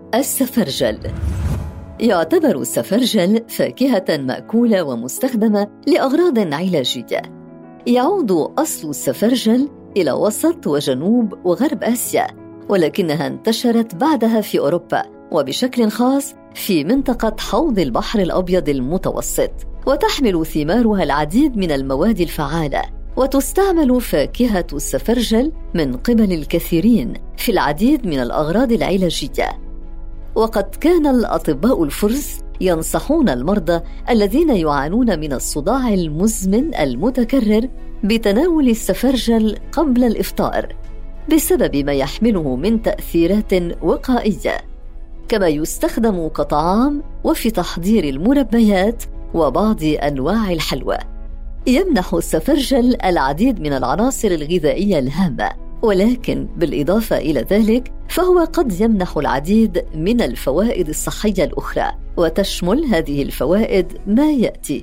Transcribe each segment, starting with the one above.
السفرجل. يعتبر السفرجل فاكهة مأكولة ومستخدمة لأغراض علاجية. يعود أصل السفرجل إلى وسط وجنوب وغرب آسيا، ولكنها انتشرت بعدها في أوروبا، وبشكل خاص في منطقة حوض البحر الأبيض المتوسط، وتحمل ثمارها العديد من المواد الفعالة. وتستعمل فاكهة السفرجل من قبل الكثيرين في العديد من الأغراض العلاجية. وقد كان الأطباء الفرس ينصحون المرضى الذين يعانون من الصداع المزمن المتكرر بتناول السفرجل قبل الإفطار بسبب ما يحمله من تأثيرات وقائية، كما يستخدم كطعام وفي تحضير المربيات وبعض أنواع الحلوى. يمنح السفرجل العديد من العناصر الغذائية الهامة، ولكن بالإضافة إلى ذلك فهو قد يمنح العديد من الفوائد الصحية الأخرى، وتشمل هذه الفوائد ما يأتي: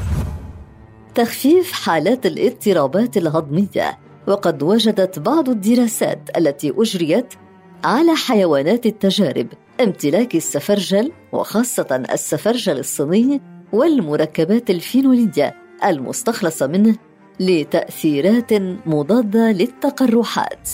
تخفيف حالات الاضطرابات الهضمية. وقد وجدت بعض الدراسات التي أجريت على حيوانات التجارب امتلاك السفرجل، وخاصة السفرجل الصيني والمركبات الفينولية المستخلصة منه، لتأثيرات مضادة للتقرحات.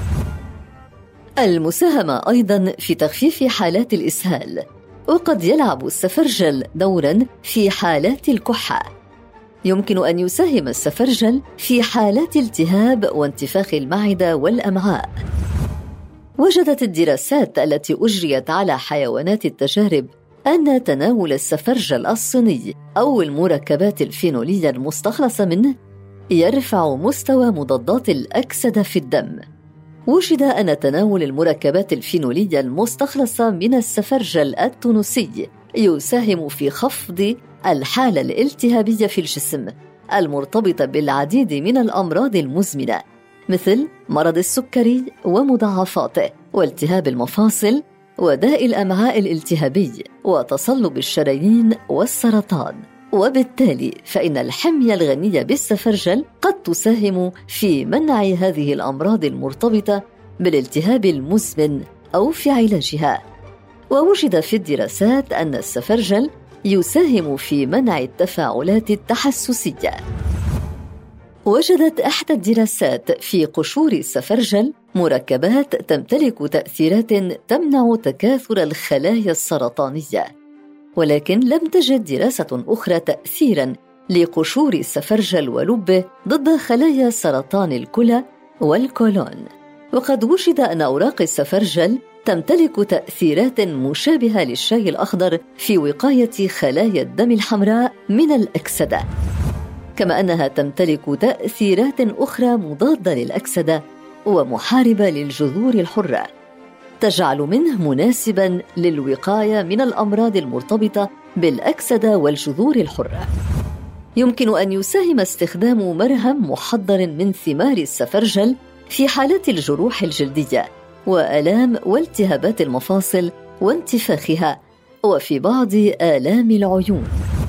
المساهمة أيضاً في تخفيف حالات الإسهال، وقد يلعب السفرجل دوراً في حالات الكحة. يمكن أن يساهم السفرجل في حالات التهاب وانتفاخ المعدة والأمعاء. وجدت الدراسات التي أجريت على حيوانات التجارب أن تناول السفرجل الصيني أو المركبات الفينولية المستخلصة منه يرفع مستوى مضادات الأكسدة في الدم. وجد أن تناول المركبات الفينولية المستخلصة من السفرجل التونسي يساهم في خفض الحالة الالتهابية في الجسم المرتبطة بالعديد من الأمراض المزمنة، مثل مرض السكري ومضاعفاته، والتهاب المفاصل، وداء الأمعاء الالتهابي، وتصلب الشرايين، والسرطان. وبالتالي فإن الحمية الغنية بالسفرجل قد تساهم في منع هذه الأمراض المرتبطة بالالتهاب المزمن أو في علاجها. ووجد في الدراسات أن السفرجل يساهم في منع التفاعلات التحسسية. وجدت إحدى الدراسات في قشور السفرجل مركبات تمتلك تأثيرات تمنع تكاثر الخلايا السرطانية، ولكن لم تجد دراسة أخرى تأثيراً لقشور السفرجل ولبه ضد خلايا سرطان الكلى والكولون. وقد وجد أن أوراق السفرجل تمتلك تأثيرات مشابهة للشاي الأخضر في وقاية خلايا الدم الحمراء من الأكسدة، كما أنها تمتلك تأثيرات أخرى مضادة للأكسدة ومحاربة للجذور الحرة، تجعل منه مناسباً للوقاية من الأمراض المرتبطة بالأكسدة والجذور الحرة. يمكن أن يساهم استخدام مرهم محضر من ثمار السفرجل في حالات الجروح الجلدية وآلام والتهابات المفاصل وانتفاخها، وفي بعض آلام العيون.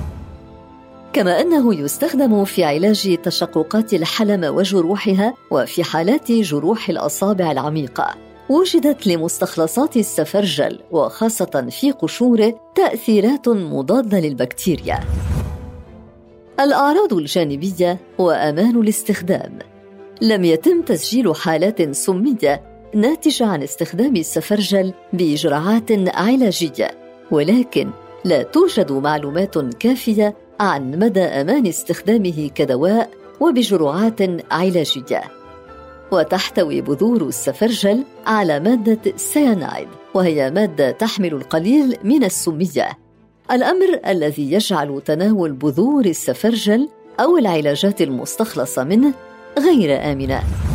كما أنه يستخدم في علاج تشققات الحلم وجروحها، وفي حالات جروح الأصابع العميقة. وجدت لمستخلصات السفرجل وخاصة في قشوره تأثيرات مضادة للبكتيريا. الأعراض الجانبية وأمان الاستخدام. لم يتم تسجيل حالات سمية ناتجة عن استخدام السفرجل بإجراءات علاجية، ولكن لا توجد معلومات كافية عن مدى أمان استخدامه كدواء وبجرعات علاجية. وتحتوي بذور السفرجل على مادة سيانايد، وهي مادة تحمل القليل من السمية، الأمر الذي يجعل تناول بذور السفرجل أو العلاجات المستخلصة منه غير آمنة.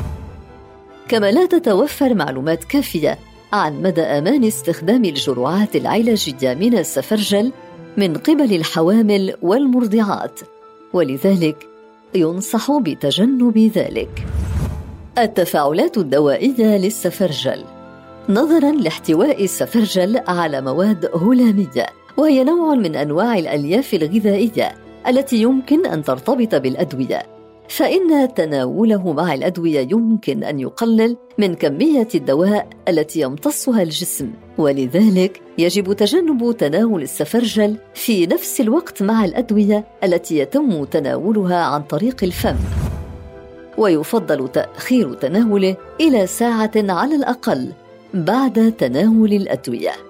كما لا تتوفر معلومات كافية عن مدى أمان استخدام الجرعات العلاجية من السفرجل من قبل الحوامل والمرضعات، ولذلك ينصح بتجنب ذلك. التفاعلات الدوائية للسفرجل. نظراً لاحتواء السفرجل على مواد هلامية، وهي نوع من أنواع الألياف الغذائية التي يمكن أن ترتبط بالأدوية، فإن تناوله مع الأدوية يمكن أن يقلل من كمية الدواء التي يمتصها الجسم، ولذلك يجب تجنب تناول السفرجل في نفس الوقت مع الأدوية التي يتم تناولها عن طريق الفم. ويفضل تأخير تناوله إلى ساعة على الأقل بعد تناول الأدوية.